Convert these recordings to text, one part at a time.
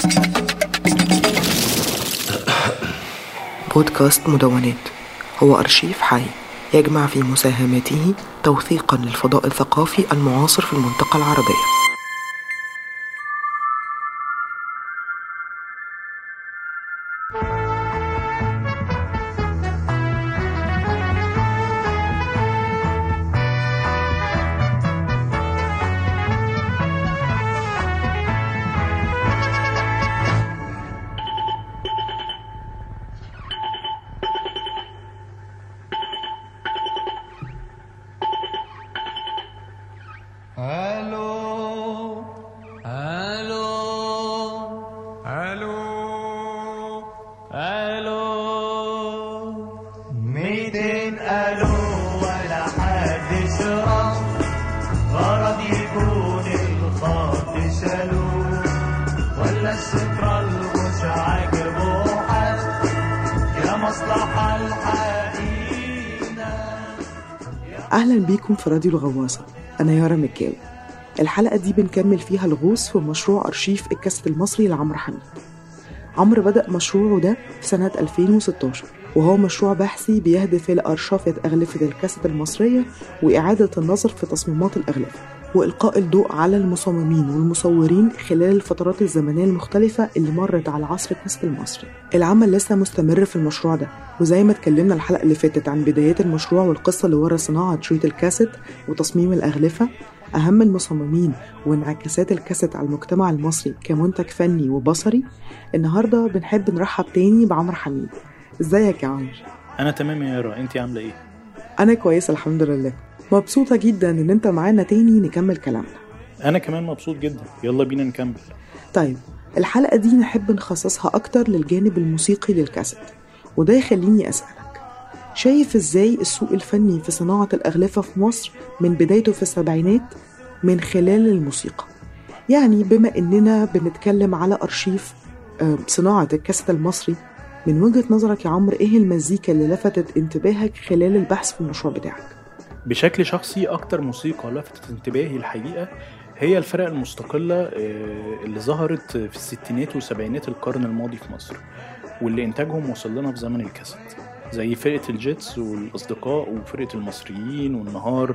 بودكاست مدونات هو أرشيف حي يجمع في مساهماته توثيقا للفضاء الثقافي المعاصر في المنطقة العربية. أهلا بيكم في راديو الغواصة. أنا يارا مكاوي. الحلقة دي بنكمل فيها الغوص في مشروع أرشيف الكاسيت المصري لعمرو حميد. عمرو بدأ مشروعه ده في سنة 2016، وهو مشروع بحثي بيهدف إلى أرشفة أغلفة الكاسيت المصرية وإعادة النظر في تصميمات الأغلفة وإلقاء الضوء على المصممين والمصورين خلال الفترات الزمنية المختلفة اللي مرت على عصر الكاسيت المصري. العمل لسه مستمر في المشروع ده، وزي ما اتكلمنا الحلقة اللي فاتت عن بدايات المشروع والقصة اللي ورا صناعة شريط الكاسيت وتصميم الأغلفة، أهم المصممين وانعكاسات الكاسيت على المجتمع المصري كمنتج فني وبصري، النهاردة بنحب نرحب تاني بعمرو حميد. ازيك يا عمرو؟ أنا تمام يا يارا، انتي عاملة ايه؟ أنا كويسة الحمد لله، مبسوطة جدا إن أنت معانا تاني نكمل كلامنا. أنا كمان مبسوط جدا، يلا بينا نكمل. طيب، الحلقة دي نحب نخصصها أكتر للجانب الموسيقي للكاسيت، وده يخليني أسألك، شايف إزاي السوق الفني في صناعة الأغلفة في مصر من بدايته في السبعينات من خلال الموسيقى؟ يعني بما إننا بنتكلم على أرشيف صناعة الكاسيت المصري، من وجهة نظرك يا عمرو إيه المزيكا اللي لفتت انتباهك خلال البحث في المشروع بتاعك؟ بشكل شخصي أكتر موسيقى لفتت انتباهي الحقيقة هي الفرق المستقلة اللي ظهرت في الستينات وسبعينات القرن الماضي في مصر، واللي إنتاجهم وصل لنا في زمن الكاسيت، زي فرقة الجيتس والأصدقاء وفرقة المصريين والنهار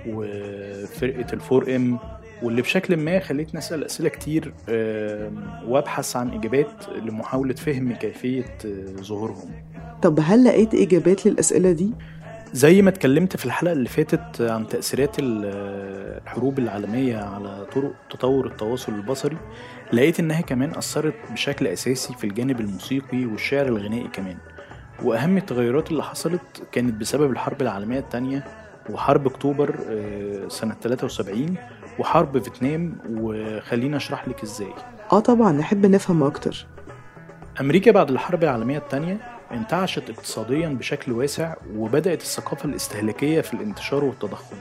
وفرقة الفور ام، واللي بشكل ما خليتني أسأل أسئلة كتير وأبحث عن إجابات لمحاولة فهم كيفية ظهورهم. طب هل لقيت إجابات للأسئلة دي؟ زي ما اتكلمت في الحلقة اللي فاتت عن تأثيرات الحروب العالمية على طرق تطور التواصل البصري، لقيت إنها كمان أثرت بشكل أساسي في الجانب الموسيقي والشعر الغنائي كمان. وأهم التغيرات اللي حصلت كانت بسبب الحرب العالمية الثانية وحرب أكتوبر سنة 73 وحرب فيتنام، وخلينا أشرح لك إزاي. طبعا نحب نفهم أكتر. أمريكا بعد الحرب العالمية الثانية انتعشت اقتصاديا بشكل واسع، وبدأت الثقافة الاستهلاكية في الانتشار والتضخم،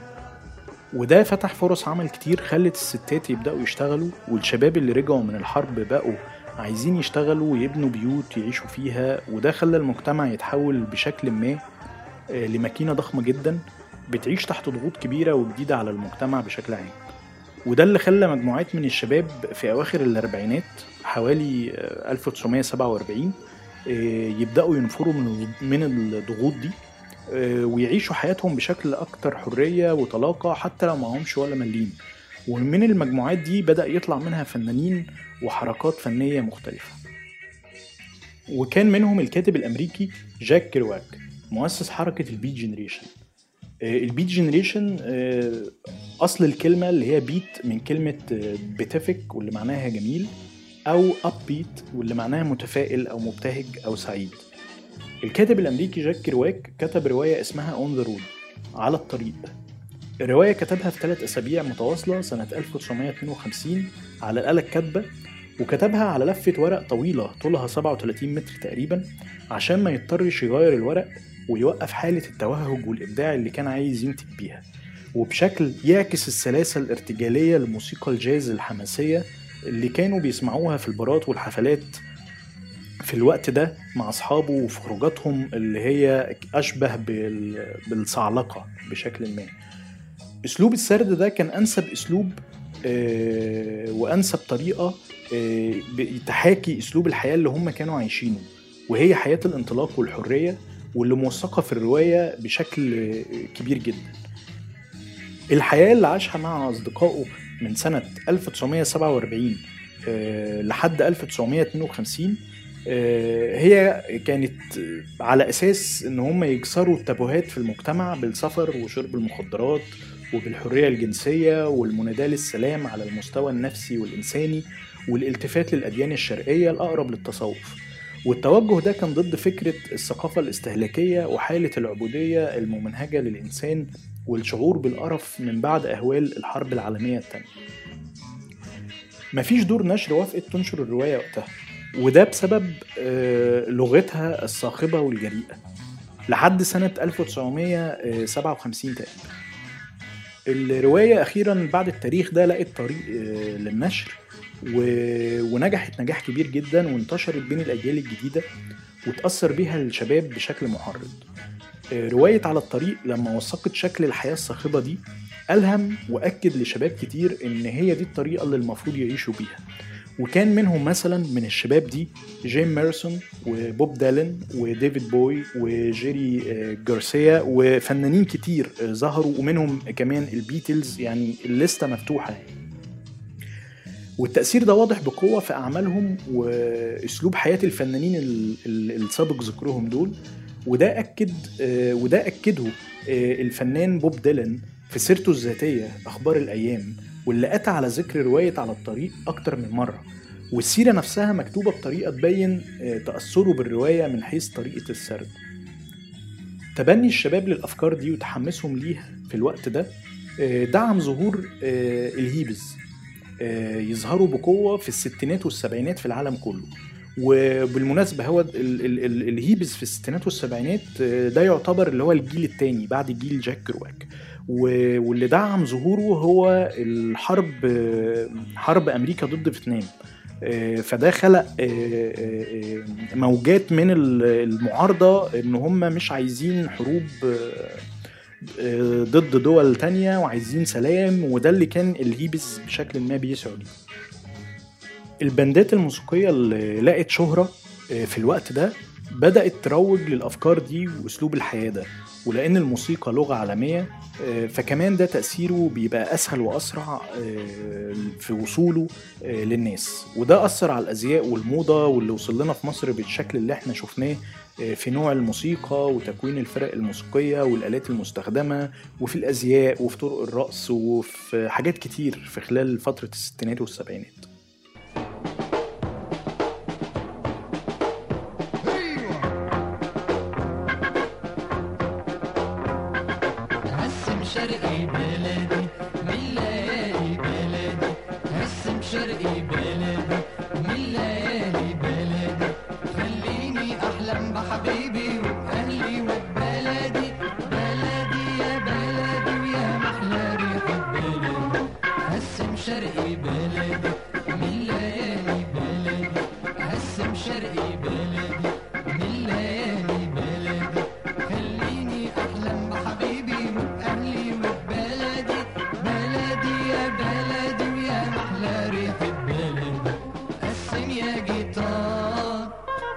وده فتح فرص عمل كتير خلت الستات يبدأوا يشتغلوا، والشباب اللي رجعوا من الحرب بقوا عايزين يشتغلوا ويبنوا بيوت يعيشوا فيها، وده خلى المجتمع يتحول بشكل ما لماكينة ضخمة جدا بتعيش تحت ضغوط كبيرة وجديدة على المجتمع بشكل عام. وده اللي خلى مجموعات من الشباب في أواخر الأربعينات حوالي 1947 يبدأوا ينفروا من الضغوط دي ويعيشوا حياتهم بشكل أكتر حرية وطلاقة حتى لو معهمش ولا مليم. ومن المجموعات دي بدأ يطلع منها فنانين وحركات فنية مختلفة، وكان منهم الكاتب الأمريكي جاك كيرواك مؤسس حركة البيت جنريشن. البيت جنريشن أصل الكلمة اللي هي بيت من كلمة بيتفك واللي معناها جميل، أو upbeat واللي معناها متفائل أو مبتهج أو سعيد. الكاتب الأمريكي جاك كيرواك كتب رواية اسمها On the Road، على الطريق. الرواية كتبها في 3 أسابيع متواصلة سنة 1952 على الآلة الكاتبة، وكتبها على لفة ورق طويلة طولها 37 متر تقريبا عشان ما يضطرش يغير الورق ويوقف حالة التوهج والإبداع اللي كان عايز ينتج بيها، وبشكل يعكس السلاسة الارتجالية لموسيقى الجاز الحماسية اللي كانوا بيسمعوها في البارات والحفلات في الوقت ده مع أصحابه وفي خروجاتهم اللي هي أشبه بالصعلقة بشكل ما. أسلوب السرد ده كان أنسب أسلوب وأنسب طريقة تحاكي أسلوب الحياة اللي هم كانوا عايشينه، وهي حياة الانطلاق والحرية، واللي موثقة في الرواية بشكل كبير جدا. الحياة اللي عاشها مع أصدقائه من سنة 1947 لحد 1952 هي كانت على أساس إن هم يكسروا التابوهات في المجتمع بالسفر وشرب المخدرات وبالحرية الجنسية والمناداة للسلام على المستوى النفسي والإنساني والالتفات للأديان الشرقية الأقرب للتصوف. والتوجه ده كان ضد فكرة الثقافة الاستهلاكية وحالة العبودية الممنهجة للإنسان والشعور بالقرف من بعد أهوال الحرب العالمية الثانية. مفيش دور نشر وافقت تنشر الرواية وقتها، وده بسبب لغتها الصاخبة والجريئة لحد سنة 1957 تقريبا. الرواية أخيرا بعد التاريخ ده لقت طريق للنشر ونجحت نجاح كبير جدا، وانتشرت بين الأجيال الجديدة وتأثر بيها الشباب بشكل محرض. رواية على الطريق لما وثقت شكل الحياة الصاخبة دي ألهم وأكد لشباب كتير إن هي دي الطريقة اللي المفروض يعيشوا بيها. وكان منهم مثلا من الشباب دي جيم مارسون وبوب دالين وديفيد بوي وجيري جارسيا وفنانين كتير ظهروا، ومنهم كمان البيتلز، يعني الليستة مفتوحة. والتأثير ده واضح بقوة في أعمالهم وأسلوب حياة الفنانين السابق ذكرهم دول. وده أكده الفنان بوب ديلان في سيرته الذاتية أخبار الأيام، واللي أتى على ذكر رواية على الطريق أكتر من مرة. والسيرة نفسها مكتوبة بطريقة تبين تأثره بالرواية من حيث طريقة السرد. تبني الشباب للأفكار دي وتحمسهم ليها في الوقت ده دعم ظهور الهيبز يظهروا بقوة في الستينات والسبعينات في العالم كله. وبالمناسبة هو الهيبز في الستينات والسبعينات ده يعتبر اللي هو الجيل الثاني بعد جيل جاك كروك، واللي دعم ظهوره هو حرب أمريكا ضد فيتنام. فده خلق موجات من المعارضة إن هم مش عايزين حروب ضد دول تانية وعايزين سلام، وده اللي كان الهيبز بشكل ما بيسعوا ليه. البندات الموسيقية اللي لقت شهرة في الوقت ده بدأت تروج للأفكار دي وأسلوب الحياة ده، ولأن الموسيقى لغة عالمية فكمان ده تأثيره بيبقى أسهل وأسرع في وصوله للناس. وده أثر على الأزياء والموضة واللي وصل لنا في مصر بالشكل اللي احنا شفناه في نوع الموسيقى وتكوين الفرق الموسيقية والآلات المستخدمة وفي الأزياء وفي طرق الرقص وفي حاجات كتير في خلال فترة الستينات والسبعينات. شرقي بلدي من ليالي بلدي، هسم شرقي بلدي من ليالي بلدي، خليني أحلم بحبيبي وبأهلي وببلدي، بلدي يا بلدي ويا محلى ريحة بلدي، هسم شرقي بلدي من ليالي بلدي، هسم شرقي بلدي من ليالي بلدي، خليني أحلم بحبيبي وبأهلي وببلدي، بلدي يا بلدي ويا محلى ريحة بلدي، قسم يا جيتار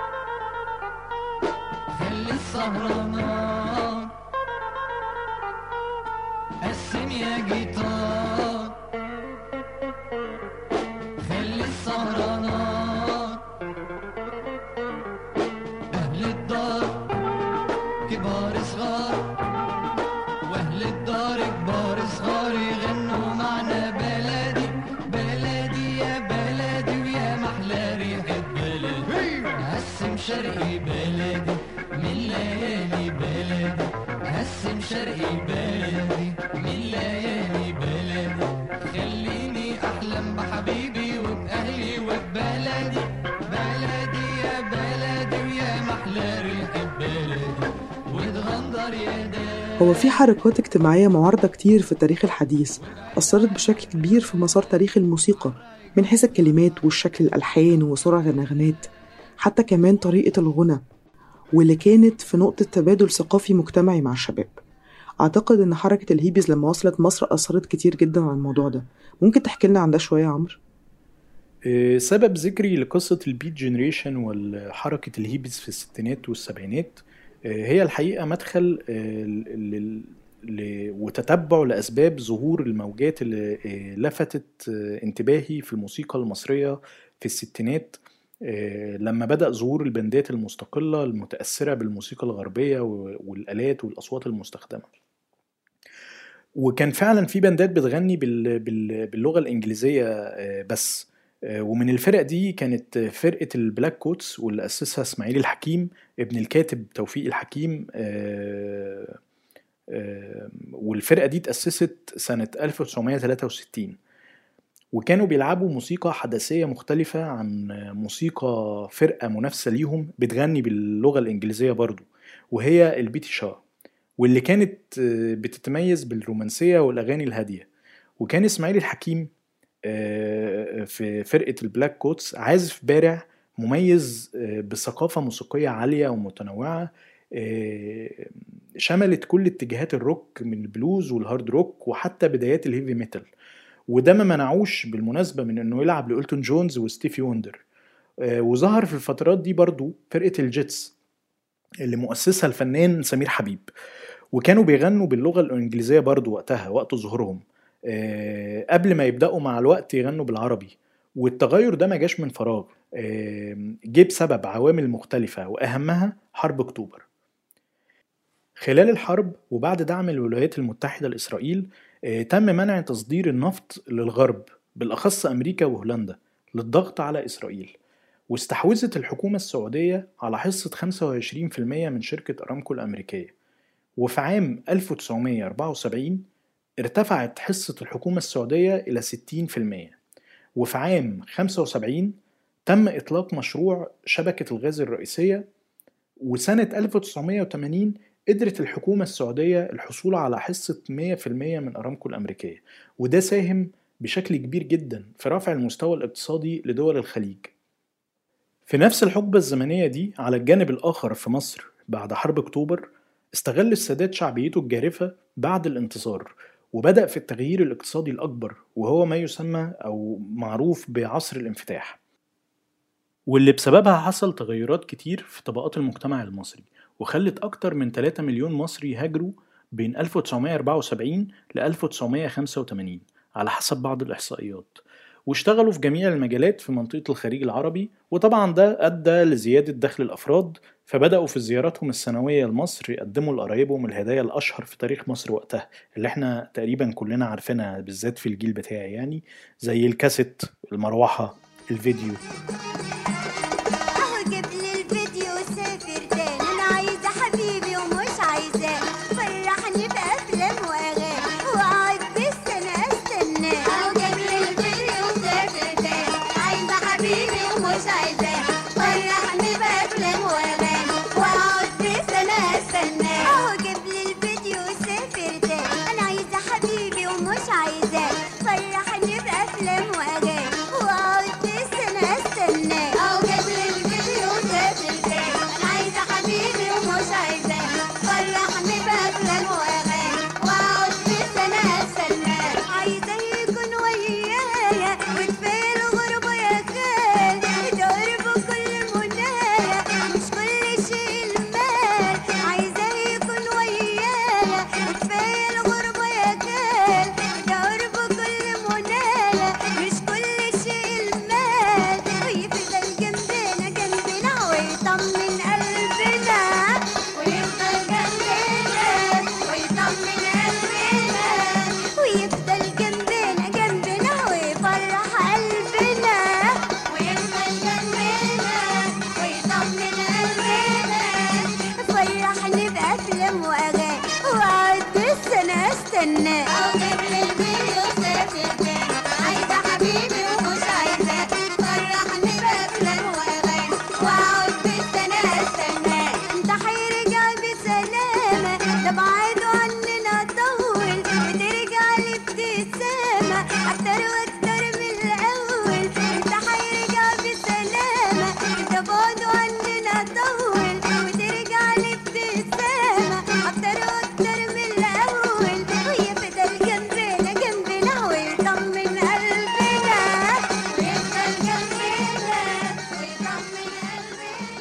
خلي السهرة نار، قسم يا جيتار خلي السهرة نار، أهل الدار كبار صغار واهل الدار كبار صغار يغنوا معنا بلدي، بلدي يا بلدي ويا محلى ريحة بلدي، هسم شرقي بلدي من ليالي بلدي، هسم شرقي بلدي من ليالي بلدي، خليني احلم بحبيبي وبأهلي وببلدي، بلدي يا بلدي ويا محلى ريحة بلدي وتغندر يا دلدي. هو في حركات اجتماعية معارضة كتير في التاريخ الحديث أثرت بشكل كبير في مسار تاريخ الموسيقى من حيث الكلمات والشكل الألحان وسرعة النغمات، حتى كمان طريقة الغنى، واللي كانت في نقطة تبادل ثقافي مجتمعي مع الشباب. أعتقد إن حركة الهيبيز لما وصلت مصر أثرت كتير جدا على الموضوع ده. ممكن تحكي لنا عن ده شوية يا عمرو؟ سبب ذكري لقصة البيت جنريشن والحركة الهيبيز في الستينات والسبعينات هي الحقيقة مدخل وتتبع لأسباب ظهور الموجات اللي لفتت انتباهي في الموسيقى المصرية في الستينات، لما بدأ ظهور البندات المستقلة المتأثرة بالموسيقى الغربية والآلات والأصوات المستخدمة. وكان فعلا في بندات بتغني باللغة الإنجليزية بس. ومن الفرق دي كانت فرقة البلاك كوتس واللي أسسها اسماعيل الحكيم ابن الكاتب توفيق الحكيم. والفرقة دي تأسست سنة 1963، وكانوا بيلعبوا موسيقى حداثية مختلفة عن موسيقى فرقة منافسة ليهم بتغني باللغة الإنجليزية برضو، وهي البيتي شا، واللي كانت بتتميز بالرومانسية والأغاني الهادية. وكان اسماعيل الحكيم في فرقة البلاك كوتس عازف بارع مميز بثقافة موسيقية عالية ومتنوعة شملت كل اتجاهات الروك من البلوز والهارد روك وحتى بدايات الهيفي ميتال. وده ما منعوش بالمناسبة من انه يلعب لإلتون جونز وستيفي وندر. وظهر في الفترات دي برضو فرقة الجيتس اللي مؤسسها الفنان سمير حبيب، وكانوا بيغنوا باللغة الإنجليزية برضو وقتها وقت ظهورهم، قبل ما يبدأوا مع الوقت يغنوا بالعربي. والتغير ده ما جاش من فراغ، جه بسبب عوامل مختلفة وأهمها حرب أكتوبر. خلال الحرب وبعد دعم الولايات المتحدة لإسرائيل تم منع تصدير النفط للغرب بالأخص أمريكا وهولندا للضغط على إسرائيل، واستحوذت الحكومة السعودية على حصة 25% من شركة أرامكو الأمريكية. وفي عام 1974 ارتفعت حصة الحكومة السعودية إلى 60%. وفي عام 75 تم إطلاق مشروع شبكة الغاز الرئيسية. وسنة 1980 قدرت الحكومة السعودية الحصول على حصة 100% من أرامكو الأمريكية، وده ساهم بشكل كبير جدا في رفع المستوى الاقتصادي لدول الخليج. في نفس الحقبة الزمنية دي على الجانب الآخر في مصر بعد حرب أكتوبر استغل السادات شعبيته الجارفة بعد الانتصار، وبدأ في التغيير الاقتصادي الأكبر وهو ما يسمى أو معروف بعصر الانفتاح، واللي بسببها حصل تغيرات كتير في طبقات المجتمع المصري، وخلت أكتر من 3 مليون مصري هاجروا بين 1974 ل 1985 على حسب بعض الإحصائيات، واشتغلوا في جميع المجالات في منطقة الخليج العربي. وطبعا ده أدى لزيادة دخل الأفراد، فبدأوا في زياراتهم السنوية لمصر يقدموا لقرايبهم الهدايا الأشهر في تاريخ مصر وقتها، اللي احنا تقريبا كلنا عارفينها بالذات في الجيل بتاعي، يعني زي الكاسيت، المروحة، الفيديو. عايزة يكون ويايا وتفيل غربة يا خال، درب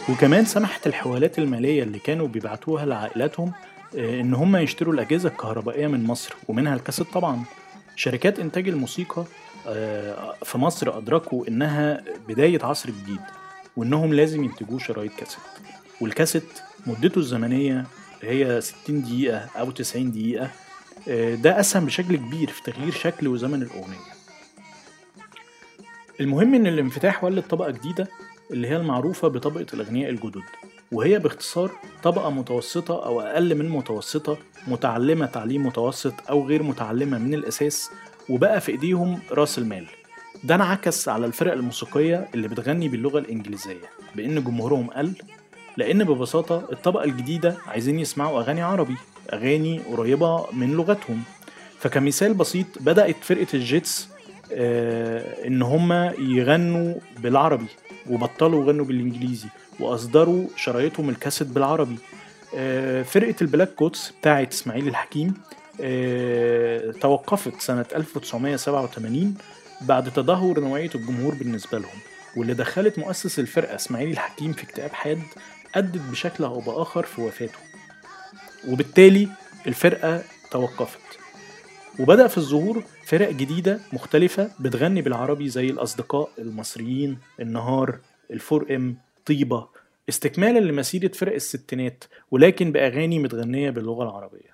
وكمان سمحت الحوالات المالية اللي كانوا بيبعتوها لعائلاتهم إن هم يشتروا الأجهزة الكهربائية من مصر، ومنها الكاسيت طبعا. شركات إنتاج الموسيقى في مصر أدركوا إنها بداية عصر جديد، وإنهم لازم ينتجوا شرايط كاسيت. والكاسيت مدته الزمنية هي 60 دقيقة أو 90 دقيقة. ده أسهم بشكل كبير في تغيير شكل وزمن الأغنية. المهم إن الانفتاح ولد طبقة جديدة اللي هي المعروفة بطبقة الأغنياء الجدد، وهي باختصار طبقة متوسطة أو أقل من متوسطة، متعلمة تعليم متوسط أو غير متعلمة من الأساس، وبقى في إيديهم رأس المال. ده انعكس على الفرق الموسيقية اللي بتغني باللغة الإنجليزية بإن جمهورهم قل، لأن ببساطة الطبقة الجديدة عايزين يسمعوا أغاني عربي، أغاني قريبة من لغتهم. فكمثال بسيط، بدأت فرقة الجيتس إن هم يغنوا بالعربي وبطلوا يغنوا بالإنجليزي، وأصدروا شرايطهم الكاسيت بالعربي. فرقة البلاك كوتس بتاعة إسماعيل الحكيم توقفت سنة 1987 بعد تدهور نوعية الجمهور بالنسبة لهم، واللي دخلت مؤسس الفرقة إسماعيل الحكيم في اكتئاب حاد أدت بشكل أو بآخر في وفاته، وبالتالي الفرقة توقفت. وبدأ في الظهور فرق جديدة مختلفة بتغني بالعربي زي الأصدقاء، المصريين، النهار، الفرقم، طيبة، استكمالا لمسيرة فرق الستينات، ولكن بأغاني متغنية باللغة العربية.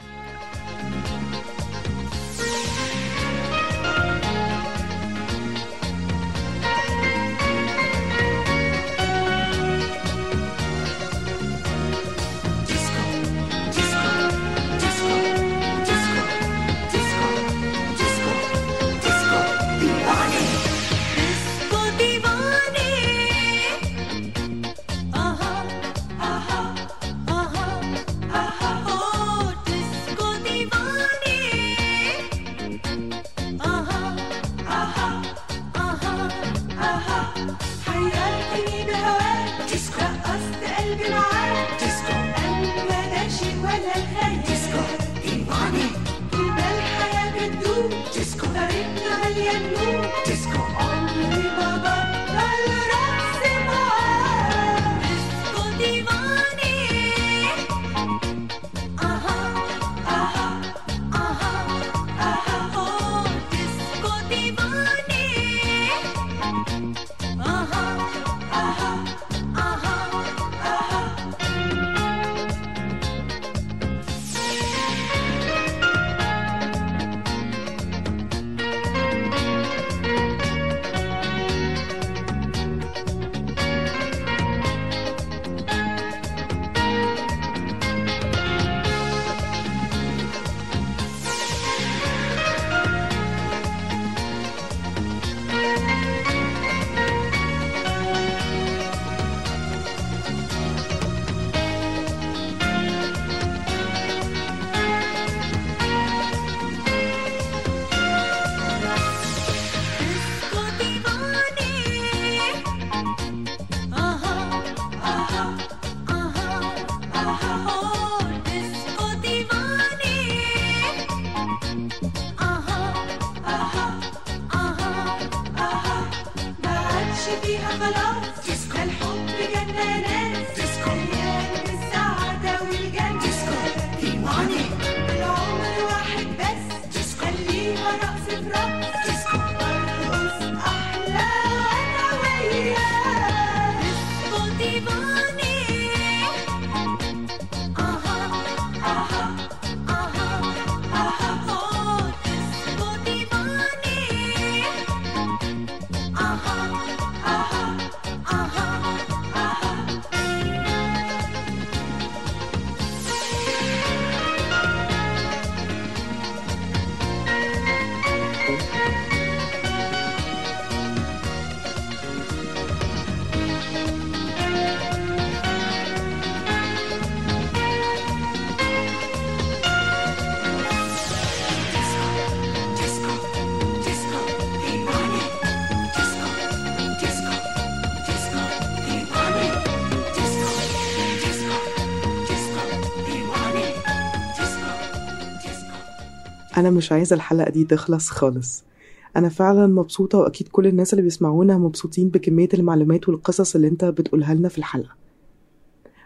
أنا مش عايزة الحلقة دي تخلص خالص. أنا فعلا مبسوطة، وأكيد كل الناس اللي بيسمعونا مبسوطين بكمية المعلومات والقصص اللي أنت بتقولها لنا في الحلقة.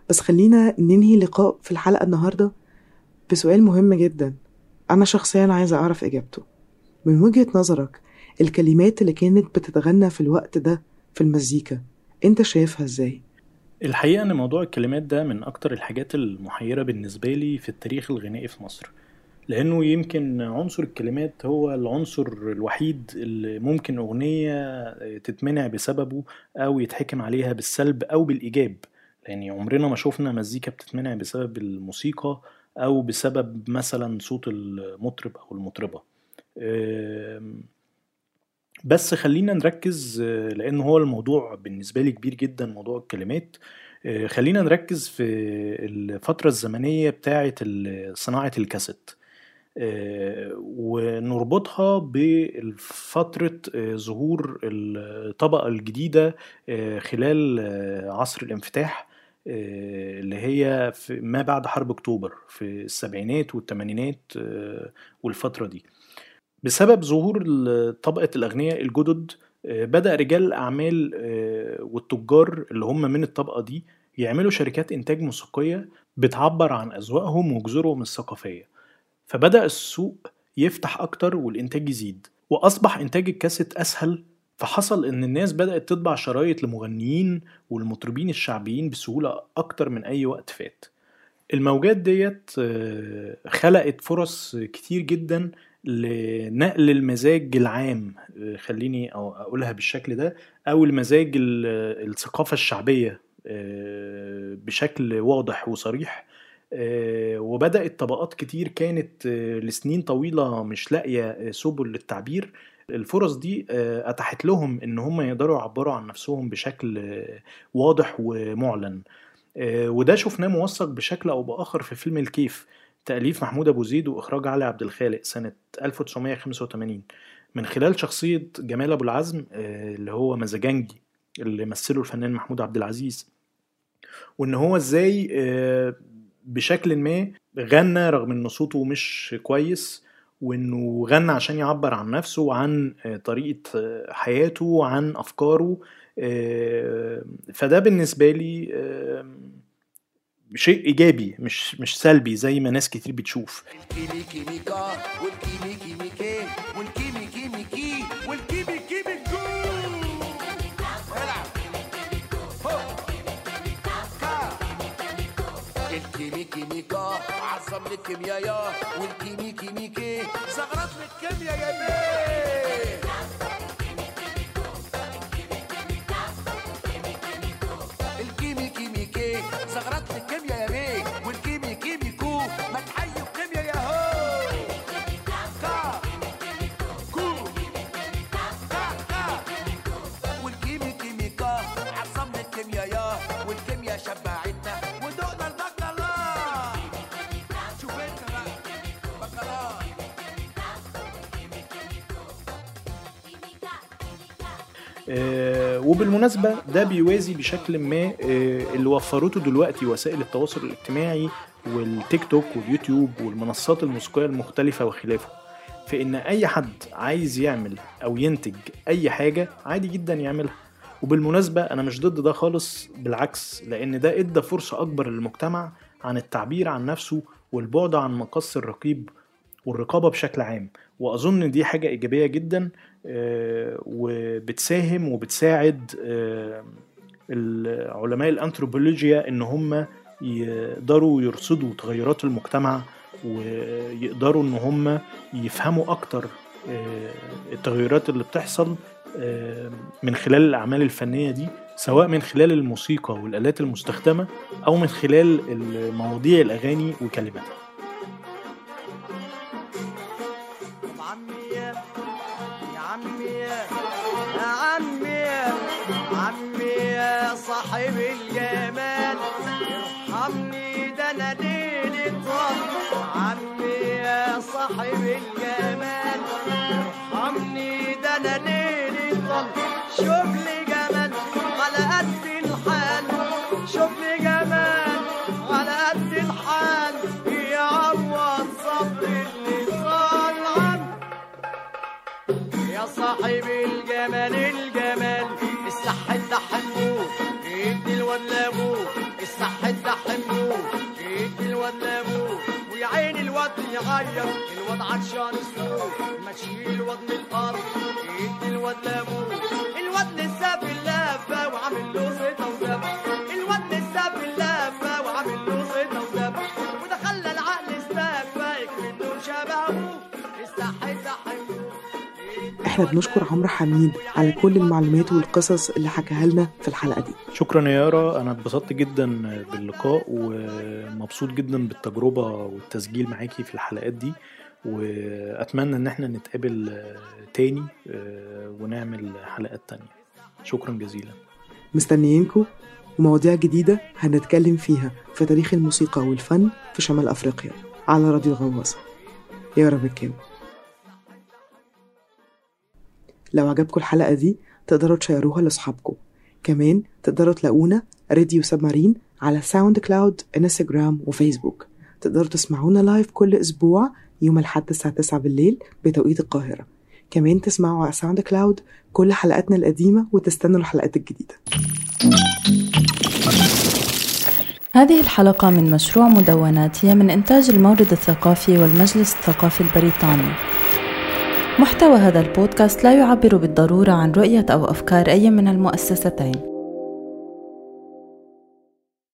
بس خلينا ننهي لقاء في الحلقة النهاردة بسؤال مهم جدا أنا شخصيا عايزة أعرف إجابته. من وجهة نظرك الكلمات اللي كانت بتتغنى في الوقت ده في المزيكا أنت شايفها إزاي؟ الحقيقة أن موضوع الكلمات ده من أكتر الحاجات المحيرة بالنسبة لي في التاريخ الغنائي في مصر، لأنه يمكن عنصر الكلمات هو العنصر الوحيد اللي ممكن أغنية تتمنع بسببه أو يتحكم عليها بالسلب أو بالإيجاب. يعني عمرنا ما شوفنا مزيكا بتتمنع بسبب الموسيقى أو بسبب مثلا صوت المطرب أو المطربة. بس خلينا نركز لأنه هو الموضوع بالنسبة لي كبير جدا، موضوع الكلمات. خلينا نركز في الفترة الزمنية بتاعة صناعة الكاسيت ونربطها بفترة ظهور الطبقة الجديدة خلال عصر الانفتاح اللي هي في ما بعد حرب أكتوبر في السبعينات والثمانينات والفترة دي. بسبب ظهور طبقة الأغنياء الجدد بدأ رجال الأعمال والتجار اللي هم من الطبقة دي يعملوا شركات إنتاج موسيقية بتعبر عن أذواقهم وجذورهم الثقافية، فبدأ السوق يفتح أكتر والإنتاج يزيد وأصبح إنتاج الكاسيت أسهل. فحصل إن الناس بدأت تطبع شرايط لمغنيين والمطربين الشعبيين بسهولة أكتر من أي وقت فات. الموجات ديت خلقت فرص كتير جدا لنقل المزاج العام، خليني أقولها بالشكل ده، أو المزاج الثقافة الشعبية بشكل واضح وصريح. وبدأت طبقات كتير كانت لسنين طويلة مش لاقية سبل للتعبير، الفرص دي أتاحت لهم إن هم يقدروا يعبروا عن نفسهم بشكل واضح ومعلن. وده شفناه موثق بشكل أو بآخر في فيلم الكيف، تأليف محمود أبو زيد وإخراج علي عبد الخالق سنة 1985، من خلال شخصية جمال أبو العزم اللي هو مزاجنجي اللي مثله الفنان محمود عبد العزيز، وإن هو إزاي بشكل ما غنى رغم إن صوته مش كويس، وإنه غنى عشان يعبر عن نفسه وعن طريقة حياته وعن أفكاره. فده بالنسبة لي شيء إيجابي مش سلبي زي ما ناس كتير بتشوف. الكيمي كيميكا والكيمي كيميكي والكيمي كيميكي والكيمي كيميكو العب الكيمي كيميكا عظم الكيمياء يا والكيمي كيميكي زغرت الكيمياء يا بيه الكيمي كيميكي زغرت الكيمياء يا بيه والكيمي كيميكو ما تحيوا الكيمياء يا هو كا كو كا كا والكيمي كيميكا عظمنا الكيمياء يا والكيمياء شبعتنا ودقنا البكالوريا. شوف انت بقى بكالوريا. وبالمناسبة ده بيوازي بشكل ما اللي وفرته دلوقتي وسائل التواصل الاجتماعي والتيك توك واليوتيوب والمنصات الموسيقية المختلفة وخلافه، في ان اي حد عايز يعمل او ينتج اي حاجة عادي جدا يعملها. وبالمناسبة انا مش ضد ده خالص، بالعكس، لان ده ادى فرصة اكبر للمجتمع عن التعبير عن نفسه والبعد عن مقص الرقيب والرقابة بشكل عام. وأظن دي حاجة إيجابية جدا وبتساهم وبتساعد علماء الأنثروبولوجيا إن هم يقدروا يرصدوا تغيرات المجتمع ويقدروا إن هم يفهموا أكتر التغيرات اللي بتحصل من خلال الأعمال الفنية دي، سواء من خلال الموسيقى والآلات المستخدمة أو من خلال مواضيع الأغاني وكلماتها. صاحب الجمال ارحمني ده انا ليلي طال عمي يا صاحب الجمال ارحمني ده انا ليلي طال شوف لي جمال على قد الحال شوف لي جمال على قد الحال يعوض صبر اللي صال عم يا صاحب الجمال الجمال الصح الدح النور ادي الواد لابوه الصح الدح الواد لابوه ويا عين الواد يعيط الواد عطشان السوق ما تشيل الواد من الارض يدي الواد لابوه الواد لسه في اللفه وعامل له زيطه وزبه الواد لسه في اللفه وعامل له زيطه وزبه وده خلى العقل استكفى يكمنه شبهه استحي تحيه. احنا بنشكر عمرو حميد على كل المعلومات والقصص اللي حكاها لنا في الحلقة دي. شكرا يا يارا، انا اتبسطت جدا باللقاء ومبسوط جدا بالتجربة والتسجيل معاكي في الحلقات دي، واتمنى ان احنا نتقابل تاني ونعمل حلقات تانية. شكرا جزيلا. مستنيينكم ومواضيع جديدة هنتكلم فيها في تاريخ الموسيقى والفن في شمال أفريقيا على راديو الغواصة. يارا بالكامل. لو عجبكم الحلقة دي تقدروا تشيروها لأصحابكم. كمان تقدروا تلاقونا راديو سبمارين على ساوند كلاود، انستجرام وفيسبوك. تقدروا تسمعونا لايف كل أسبوع يوم الأحد الساعة 9 بالليل بتوقيت القاهرة. كمان تسمعوا على ساوند كلاود كل حلقاتنا القديمة وتستنوا الحلقات الجديدة. هذه الحلقة من مشروع مدونات هي من إنتاج المورد الثقافي والمجلس الثقافي البريطاني. محتوى هذا البودكاست لا يعبر بالضرورة عن رؤية أو أفكار أي من المؤسستين.